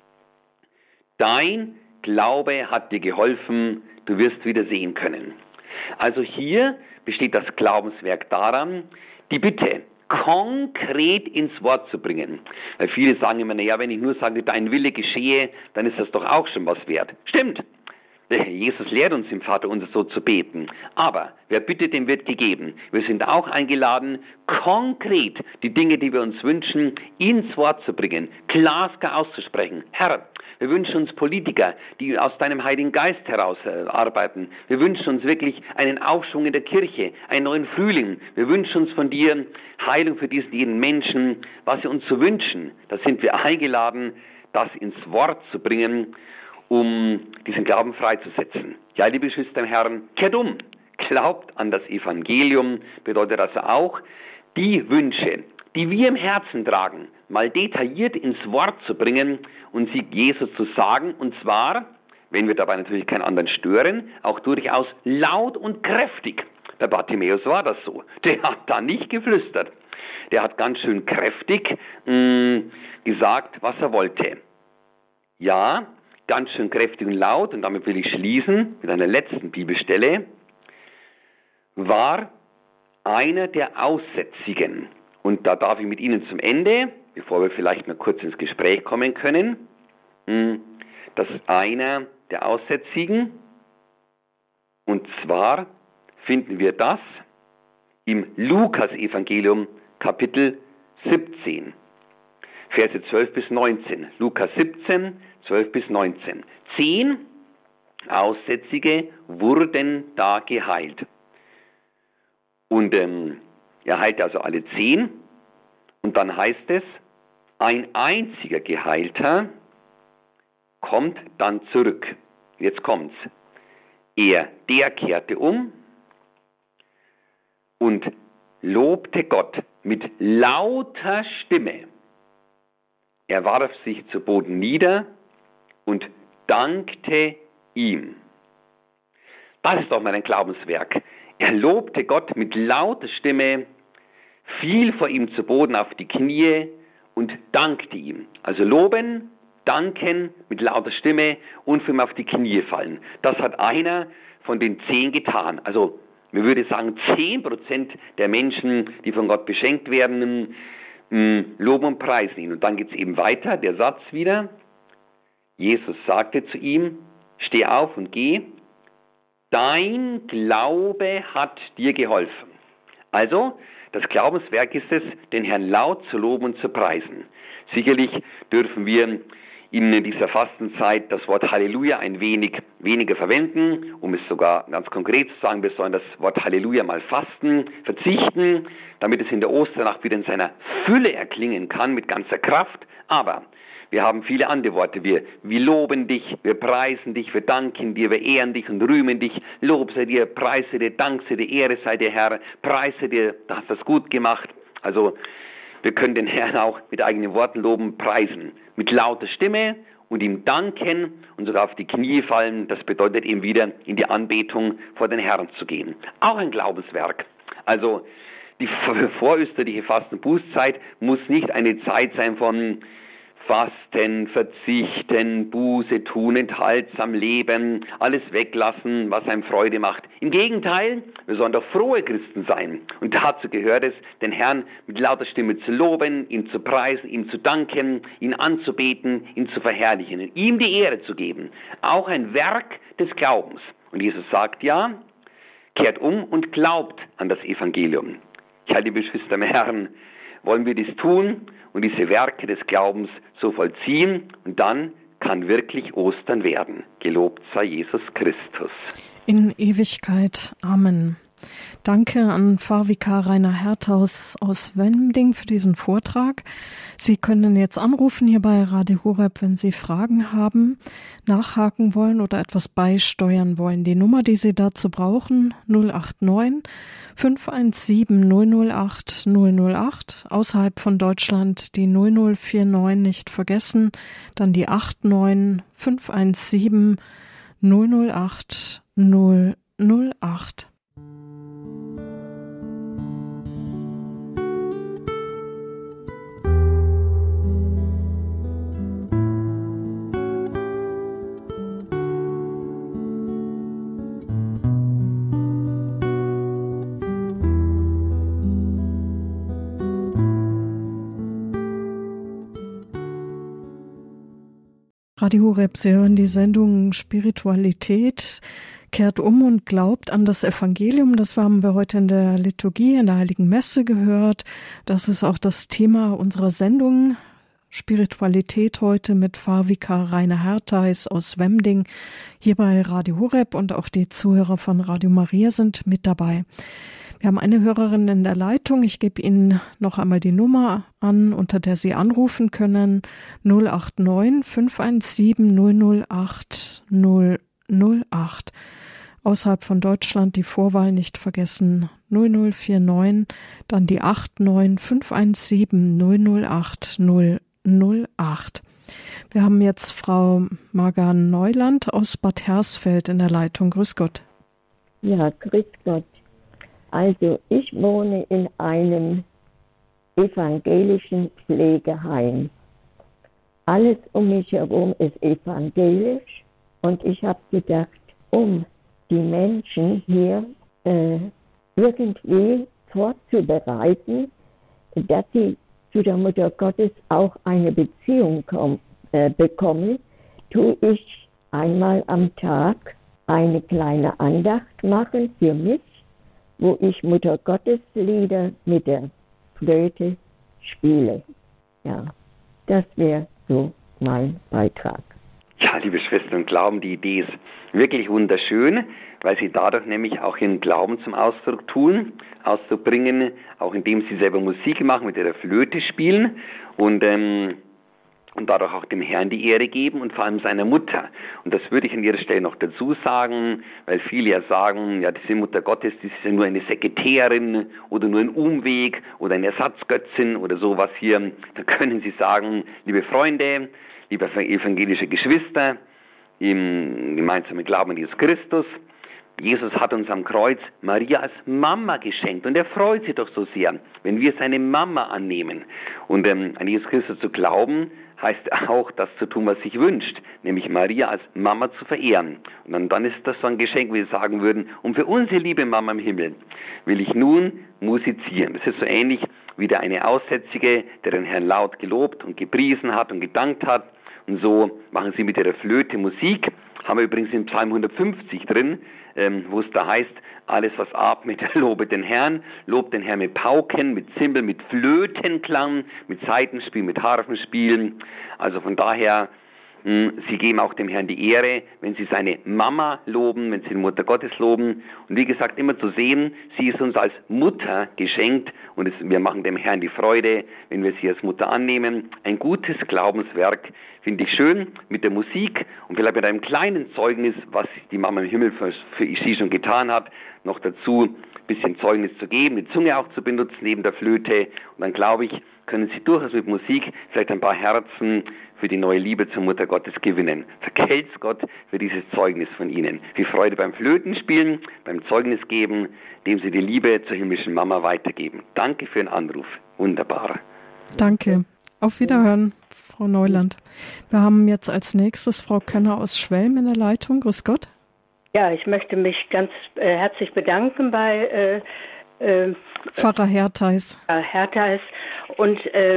dein Glaube hat dir geholfen, du wirst wieder sehen können. Also hier besteht das Glaubenswerk daran, die Bitte konkret ins Wort zu bringen. Weil viele sagen immer, naja, wenn ich nur sage, dein Wille geschehe, dann ist das doch auch schon was wert. Stimmt. Jesus lehrt uns im Vaterunser so zu beten. Aber wer bittet, dem wird gegeben. Wir sind auch eingeladen, konkret die Dinge, die wir uns wünschen, ins Wort zu bringen, glasklar auszusprechen. Herr, wir wünschen uns Politiker, die aus deinem Heiligen Geist heraus arbeiten. Wir wünschen uns wirklich einen Aufschwung in der Kirche, einen neuen Frühling. Wir wünschen uns von dir Heilung für diesen jeden Menschen. Was wir uns so wünschen, da sind wir eingeladen, das ins Wort zu bringen, um diesen Glauben freizusetzen. Ja, liebe Geschwister im Herrn, kehrt um. Glaubt an das Evangelium, bedeutet also auch, die Wünsche, die wir im Herzen tragen, mal detailliert ins Wort zu bringen und sie Jesus zu sagen, und zwar, wenn wir dabei natürlich keinen anderen stören, auch durchaus laut und kräftig. Bei Bartimäus war das so. Der hat da nicht geflüstert. Der hat ganz schön kräftig gesagt, was er wollte. Ja, ganz schön kräftig und laut, und damit will ich schließen mit einer letzten Bibelstelle, war einer der Aussätzigen. Und da darf ich mit Ihnen zum Ende, bevor wir vielleicht noch kurz ins Gespräch kommen können, das ist einer der Aussätzigen. Und zwar finden wir das im Lukas-Evangelium, Kapitel 17, Verse 12 bis 19. Lukas 17, 12 bis 19. 10 Aussätzige wurden da geheilt. Und er heilte also alle 10. Und dann heißt es, ein einziger Geheilter kommt dann zurück. Jetzt kommt's. Der kehrte um und lobte Gott mit lauter Stimme. Er warf sich zu Boden nieder und dankte ihm. Das ist doch mal ein Glaubenswerk. Er lobte Gott mit lauter Stimme, fiel vor ihm zu Boden auf die Knie und dankte ihm. Also loben, danken mit lauter Stimme und vor ihm auf die Knie fallen. Das hat einer von den 10 getan. Also man würde sagen, 10% der Menschen, die von Gott beschenkt werden, loben und preisen ihn. Und dann geht es eben weiter, der Satz wieder. Jesus sagte zu ihm, steh auf und geh. Dein Glaube hat dir geholfen. Also, das Glaubenswerk ist es, den Herrn laut zu loben und zu preisen. Sicherlich dürfen wir in dieser Fastenzeit das Wort Halleluja ein wenig weniger verwenden, um es sogar ganz konkret zu sagen, wir sollen das Wort Halleluja mal fasten, verzichten, damit es in der Osternacht wieder in seiner Fülle erklingen kann, mit ganzer Kraft. Aber wir haben viele andere Worte. Wir loben dich, wir preisen dich, wir danken dir, wir ehren dich und rühmen dich. Lob sei dir, preise dir, Dank sei dir, Ehre sei dir, Herr, preise dir, du hast das gut gemacht. Also wir können den Herrn auch mit eigenen Worten loben, preisen. Mit lauter Stimme und ihm danken und sogar auf die Knie fallen. Das bedeutet eben wieder in die Anbetung vor den Herrn zu gehen. Auch ein Glaubenswerk. Also die vorösterliche Fasten- und Bußzeit muss nicht eine Zeit sein von Fasten, Verzichten, Buße tun, enthaltsam leben, alles weglassen, was einem Freude macht. Im Gegenteil, wir sollen doch frohe Christen sein. Und dazu gehört es, den Herrn mit lauter Stimme zu loben, ihn zu preisen, ihm zu danken, ihn anzubeten, ihn zu verherrlichen, ihm die Ehre zu geben. Auch ein Werk des Glaubens. Und Jesus sagt ja, kehrt um und glaubt an das Evangelium. Ich halte, liebe Geschwister im Herrn, wollen wir dies tun und diese Werke des Glaubens so vollziehen und dann kann wirklich Ostern werden. Gelobt sei Jesus Christus. In Ewigkeit. Amen. Danke an Pfarrvikar Rainer Herthaus aus Wending für diesen Vortrag. Sie können jetzt anrufen hier bei Radio Horeb, wenn Sie Fragen haben, nachhaken wollen oder etwas beisteuern wollen. Die Nummer, die Sie dazu brauchen, 089 517 008 008. Außerhalb von Deutschland die 0049 nicht vergessen, dann die 89 517 008 008. Radio Horeb, Sie hören die Sendung Spiritualität, kehrt um und glaubt an das Evangelium. Das haben wir heute in der Liturgie, in der Heiligen Messe gehört. Das ist auch das Thema unserer Sendung. Spiritualität heute mit Pfarrvikar Rainer Herthaus aus Wemding hier bei Radio Horeb und auch die Zuhörer von Radio Maria sind mit dabei. Wir haben eine Hörerin in der Leitung. Ich gebe Ihnen noch einmal die Nummer an, unter der Sie anrufen können. 089 517 008 008. Außerhalb von Deutschland die Vorwahl nicht vergessen. 0049, dann die 89 517 008 008. Wir haben jetzt Frau Margan Neuland aus Bad Hersfeld in der Leitung. Grüß Gott. Ja, grüß Gott. Also ich wohne in einem evangelischen Pflegeheim. Alles um mich herum ist evangelisch und ich habe gedacht, um die Menschen hier irgendwie vorzubereiten, dass sie zu der Mutter Gottes auch eine Beziehung bekomme, tue ich einmal am Tag eine kleine Andacht machen für mich, wo ich Mutter Gottes Lieder mit der Flöte spiele. Ja, das wäre so mein Beitrag. Ja, liebe Schwestern und Glauben, die Idee ist wirklich wunderschön, weil sie dadurch nämlich auch ihren Glauben zum Ausdruck bringen, auch indem sie selber Musik machen, mit ihrer Flöte spielen und dadurch auch dem Herrn die Ehre geben und vor allem seiner Mutter. Und das würde ich an ihrer Stelle noch dazu sagen, weil viele ja sagen, ja, diese Mutter Gottes, die ist ja nur eine Sekretärin oder nur ein Umweg oder eine Ersatzgötzin oder sowas hier. Da können Sie sagen, liebe Freunde, liebe evangelische Geschwister, im gemeinsamen Glauben an Jesus Christus, Jesus hat uns am Kreuz Maria als Mama geschenkt und er freut sich doch so sehr, wenn wir seine Mama annehmen. Und an Jesus Christus zu glauben, heißt auch, das zu tun, was sich wünscht, nämlich Maria als Mama zu verehren. Und dann ist das so ein Geschenk, wie wir sagen würden, und für unsere liebe Mama im Himmel will ich nun musizieren. Das ist so ähnlich wie der eine Aussätzige, der den Herrn laut gelobt und gepriesen hat und gedankt hat. Und so machen sie mit ihrer Flöte Musik. Haben wir übrigens in Psalm 150 drin, wo es da heißt, alles was atmet, lobe den Herrn, lobt den Herrn mit Pauken, mit Zimbel, mit Flötenklang, mit Saitenspiel, mit Harfenspielen. Also von daher, sie geben auch dem Herrn die Ehre, wenn sie seine Mama loben, wenn sie die Mutter Gottes loben. Und wie gesagt, immer zu sehen, sie ist uns als Mutter geschenkt und wir machen dem Herrn die Freude, wenn wir sie als Mutter annehmen. Ein gutes Glaubenswerk, finde ich schön, mit der Musik und vielleicht mit einem kleinen Zeugnis, was die Mama im Himmel für sie schon getan hat, noch dazu ein bisschen Zeugnis zu geben, die Zunge auch zu benutzen neben der Flöte. Und dann glaube ich, können Sie durchaus mit Musik vielleicht ein paar Herzen für die neue Liebe zur Mutter Gottes gewinnen. Vergelt's Gott für dieses Zeugnis von Ihnen. Viel Freude beim Flötenspielen, beim Zeugnis geben, dem Sie die Liebe zur himmlischen Mama weitergeben. Danke für den Anruf. Wunderbar. Danke. Auf Wiederhören, Frau Neuland. Wir haben jetzt als nächstes Frau Könner aus Schwelm in der Leitung. Grüß Gott. Ja, ich möchte mich ganz herzlich bedanken bei Pfarrer Hertheis. Hertheis. Und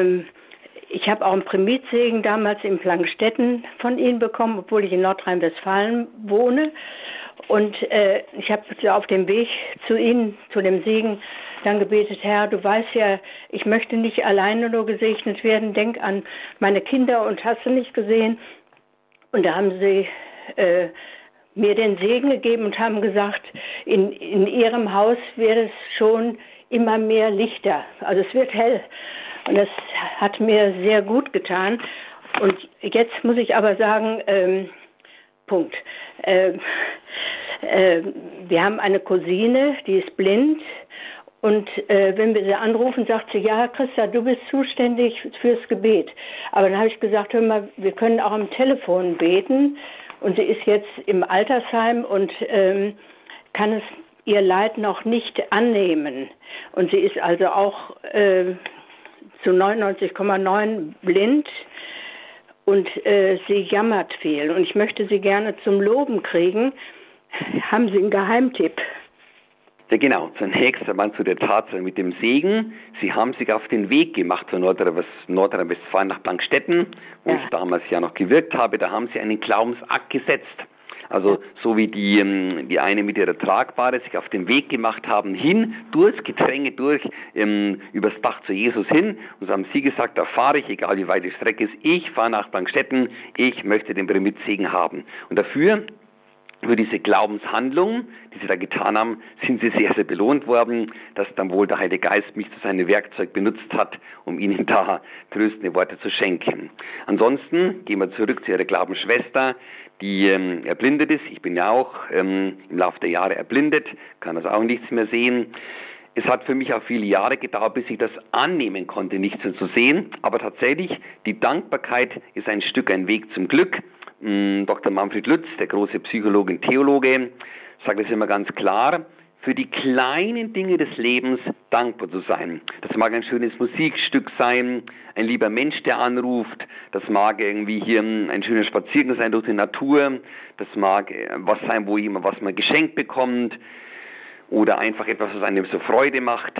ich habe auch einen Primidsegen damals in Plankstetten von Ihnen bekommen, obwohl ich in Nordrhein-Westfalen wohne. Und ich habe auf dem Weg zu Ihnen, zu dem Segen, dann gebetet, Herr, du weißt ja, ich möchte nicht alleine nur gesegnet werden, denk an meine Kinder und hast du nicht gesehen. Und da haben Sie mir den Segen gegeben und haben gesagt, in Ihrem Haus wird es schon immer mehr Lichter, also es wird hell. Und das hat mir sehr gut getan. Und jetzt muss ich aber sagen, Punkt. Wir haben eine Cousine, die ist blind. Und wenn wir sie anrufen, sagt sie, ja, Christa, du bist zuständig fürs Gebet. Aber dann habe ich gesagt, hör mal, wir können auch am Telefon beten. Und sie ist jetzt im Altersheim und kann es ihr Leid noch nicht annehmen. Und sie ist also auch zu 99,9 blind und sie jammert viel. Und ich möchte sie gerne zum Loben kriegen. Haben Sie einen Geheimtipp? Ja genau, zunächst einmal zu der Tatsache mit dem Segen. Sie haben sich auf den Weg gemacht von Nordrhein-Westfalen nach Plankstetten, wo ich damals ja noch gewirkt habe. Da haben Sie einen Glaubensakt gesetzt. Also so wie die eine mit ihrer Tragbare sich auf den Weg gemacht haben, hin, durchs Gedränge, übers Dach zu Jesus hin. Und so haben Sie gesagt, da fahre ich, egal wie weit die Strecke ist, ich fahre nach Plankstetten, ich möchte den Primidsegen haben. Und dafür, für diese Glaubenshandlung, die Sie da getan haben, sind Sie sehr, sehr belohnt worden, dass dann wohl der Heilige Geist mich zu seinem Werkzeug benutzt hat, um Ihnen da tröstende Worte zu schenken. Ansonsten gehen wir zurück zu Ihrer Glaubensschwester, die erblindet ist. Ich bin ja auch im Laufe der Jahre erblindet, kann also auch nichts mehr sehen. Es hat für mich auch viele Jahre gedauert, bis ich das annehmen konnte, nichts mehr zu sehen. Aber tatsächlich, die Dankbarkeit ist ein Stück ein Weg zum Glück. Dr. Manfred Lütz, der große Psychologe und Theologe, sagt es immer ganz klar, für die kleinen Dinge des Lebens dankbar zu sein. Das mag ein schönes Musikstück sein, ein lieber Mensch, der anruft, das mag irgendwie hier ein schöner Spaziergang sein durch die Natur, das mag was sein, was man geschenkt bekommt oder einfach etwas, was einem so Freude macht.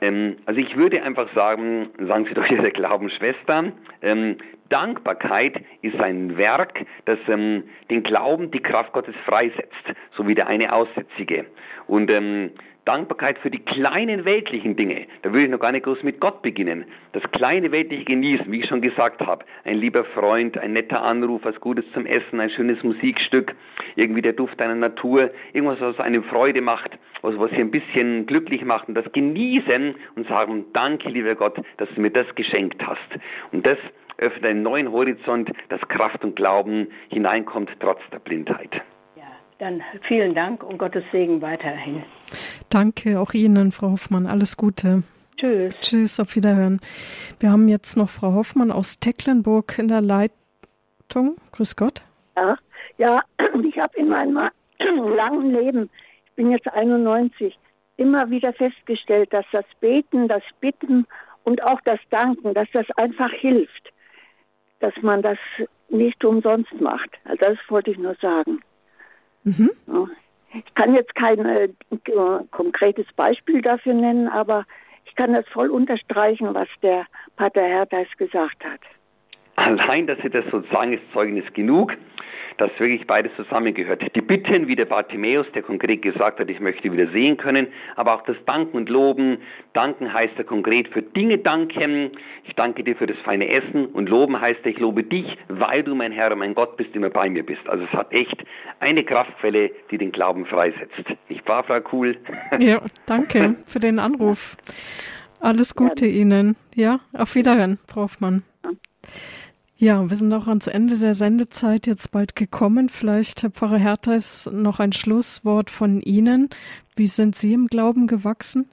Also ich würde einfach sagen Sie doch Ihre Glaubensschwester, Dankbarkeit ist ein Werk, das den Glauben, die Kraft Gottes freisetzt, so wie der eine Aussätzige. Und Dankbarkeit für die kleinen weltlichen Dinge, da würde ich noch gar nicht groß mit Gott beginnen. Das kleine weltliche genießen, wie ich schon gesagt habe, ein lieber Freund, ein netter Anruf, was Gutes zum Essen, ein schönes Musikstück, irgendwie der Duft einer Natur, irgendwas, was einem Freude macht, was Sie ein bisschen glücklich macht und das genießen und sagen, danke lieber Gott, dass du mir das geschenkt hast. Und das öffnet einen neuen Horizont, dass Kraft und Glauben hineinkommt trotz der Blindheit. Dann vielen Dank und Gottes Segen weiterhin. Danke auch Ihnen, Frau Hoffmann. Alles Gute. Tschüss. Tschüss, auf Wiederhören. Wir haben jetzt noch Frau Hoffmann aus Tecklenburg in der Leitung. Grüß Gott. Ja, ich habe in meinem langen Leben, ich bin jetzt 91, immer wieder festgestellt, dass das Beten, das Bitten und auch das Danken, dass das einfach hilft, dass man das nicht umsonst macht. Also das wollte ich nur sagen. Mhm. Ich kann jetzt kein konkretes Beispiel dafür nennen, aber ich kann das voll unterstreichen, was der Pater Hertheis gesagt hat. Allein, dass Sie das so sagen, ist Zeugnis genug, dass wirklich beides zusammengehört. Die Bitten, wie der Bartimäus, der konkret gesagt hat, ich möchte wieder sehen können, aber auch das Danken und Loben. Danken heißt ja konkret für Dinge danken. Ich danke dir für das feine Essen und Loben heißt, ich lobe dich, weil du mein Herr und mein Gott bist, immer bei mir bist. Also es hat echt eine Kraftquelle, die den Glauben freisetzt. Nicht wahr, Frau Kuhl? Ja, danke für den Anruf. Alles Gute Ihnen. Ja, auf Wiederhören, Frau Hoffmann. Ja, wir sind auch ans Ende der Sendezeit jetzt bald gekommen. Vielleicht, Herr Pfarrer Hertheis, noch ein Schlusswort von Ihnen. Wie sind Sie im Glauben gewachsen?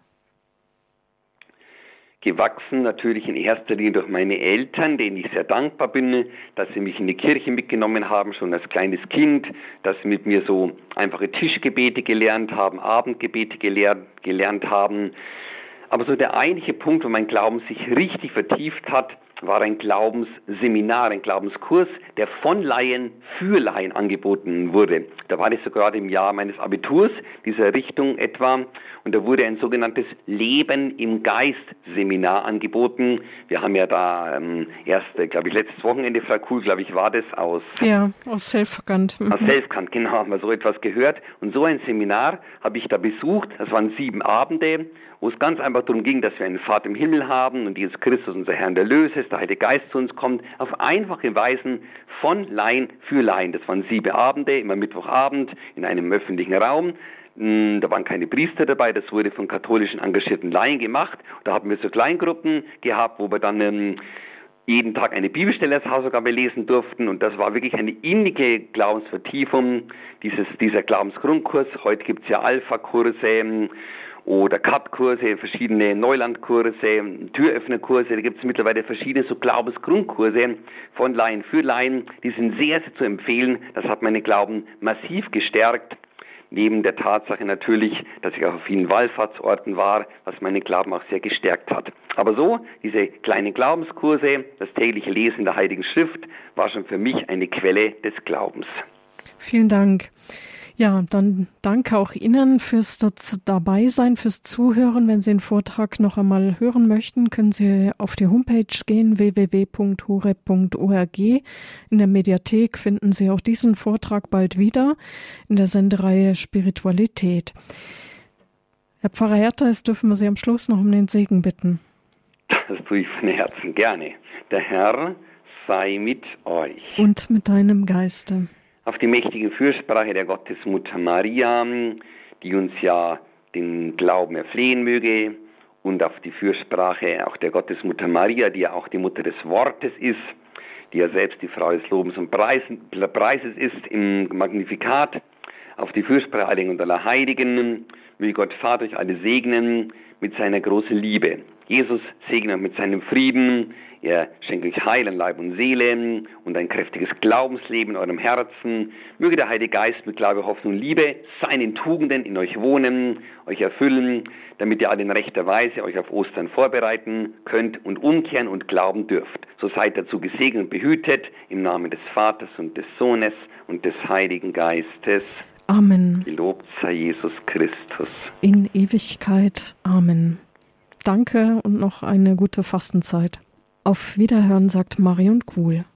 Gewachsen natürlich in erster Linie durch meine Eltern, denen ich sehr dankbar bin, dass sie mich in die Kirche mitgenommen haben, schon als kleines Kind, dass sie mit mir so einfache Tischgebete gelernt haben, Abendgebete gelernt haben. Aber so der eigentliche Punkt, wo mein Glauben sich richtig vertieft hat, war ein Glaubensseminar, ein Glaubenskurs, der von Laien für Laien angeboten wurde. Da war ich so gerade im Jahr meines Abiturs, dieser Richtung etwa, und da wurde ein sogenanntes Leben im Geist Seminar angeboten. Wir haben ja da erst, glaube ich, letztes Wochenende, Frau Kuhl, glaube ich, war das aus Selfkant. Aus Selfkant, genau, haben wir so etwas gehört. Und so ein Seminar habe ich da besucht. Das waren 7 Abende, wo es ganz einfach darum ging, dass wir einen Vater im Himmel haben und Jesus Christus, unser Herr und Erlöser ist, der Heilige Geist zu uns kommt, auf einfache Weisen von Laien für Laien. Das waren 7 Abende, immer Mittwochabend in einem öffentlichen Raum. Da waren keine Priester dabei, das wurde von katholischen engagierten Laien gemacht. Da haben wir so Kleingruppen gehabt, wo wir dann jeden Tag eine Bibelstelle als Hausaufgabe lesen durften, und das war wirklich eine innige Glaubensvertiefung, dieser Glaubensgrundkurs. Heute gibt es ja Alpha-Kurse oder Cut-Kurse, verschiedene Neulandkurse, Türöffnerkurse, da gibt es mittlerweile verschiedene so Glaubensgrundkurse von Laien für Laien, die sind sehr, sehr zu empfehlen. Das hat meinen Glauben massiv gestärkt. Neben der Tatsache natürlich, dass ich auch auf vielen Wallfahrtsorten war, was meinen Glauben auch sehr gestärkt hat. Aber so, diese kleinen Glaubenskurse, das tägliche Lesen der Heiligen Schrift, war schon für mich eine Quelle des Glaubens. Vielen Dank. Ja, dann danke auch Ihnen fürs Dabeisein, fürs Zuhören. Wenn Sie den Vortrag noch einmal hören möchten, können Sie auf die Homepage gehen, www.horeb.org. In der Mediathek finden Sie auch diesen Vortrag bald wieder in der Sendereihe Spiritualität. Herr Pfarrer Hertheis, dürfen wir Sie am Schluss noch um den Segen bitten? Das tue ich von Herzen gerne. Der Herr sei mit euch. Und mit deinem Geiste. Auf die mächtige Fürsprache der Gottesmutter Maria, die uns ja den Glauben erflehen möge, und auf die Fürsprache auch der Gottesmutter Maria, die ja auch die Mutter des Wortes ist, die ja selbst die Frau des Lobens und Preises ist im Magnificat, auf die Fürsprache aller Heiligen, möge Gott Vater euch alle segnen mit seiner großen Liebe. Jesus segne euch mit seinem Frieden. Er schenkt euch Heil an Leib und Seele und ein kräftiges Glaubensleben in eurem Herzen. Möge der Heilige Geist mit Glaube, Hoffnung und Liebe seinen Tugenden in euch wohnen, euch erfüllen, damit ihr alle in rechter Weise euch auf Ostern vorbereiten könnt und umkehren und glauben dürft. So seid dazu gesegnet und behütet im Namen des Vaters und des Sohnes und des Heiligen Geistes. Amen. Gelobt sei Jesus Christus. In Ewigkeit. Amen. Danke und noch eine gute Fastenzeit. Auf Wiederhören, sagt Marion Kuhl.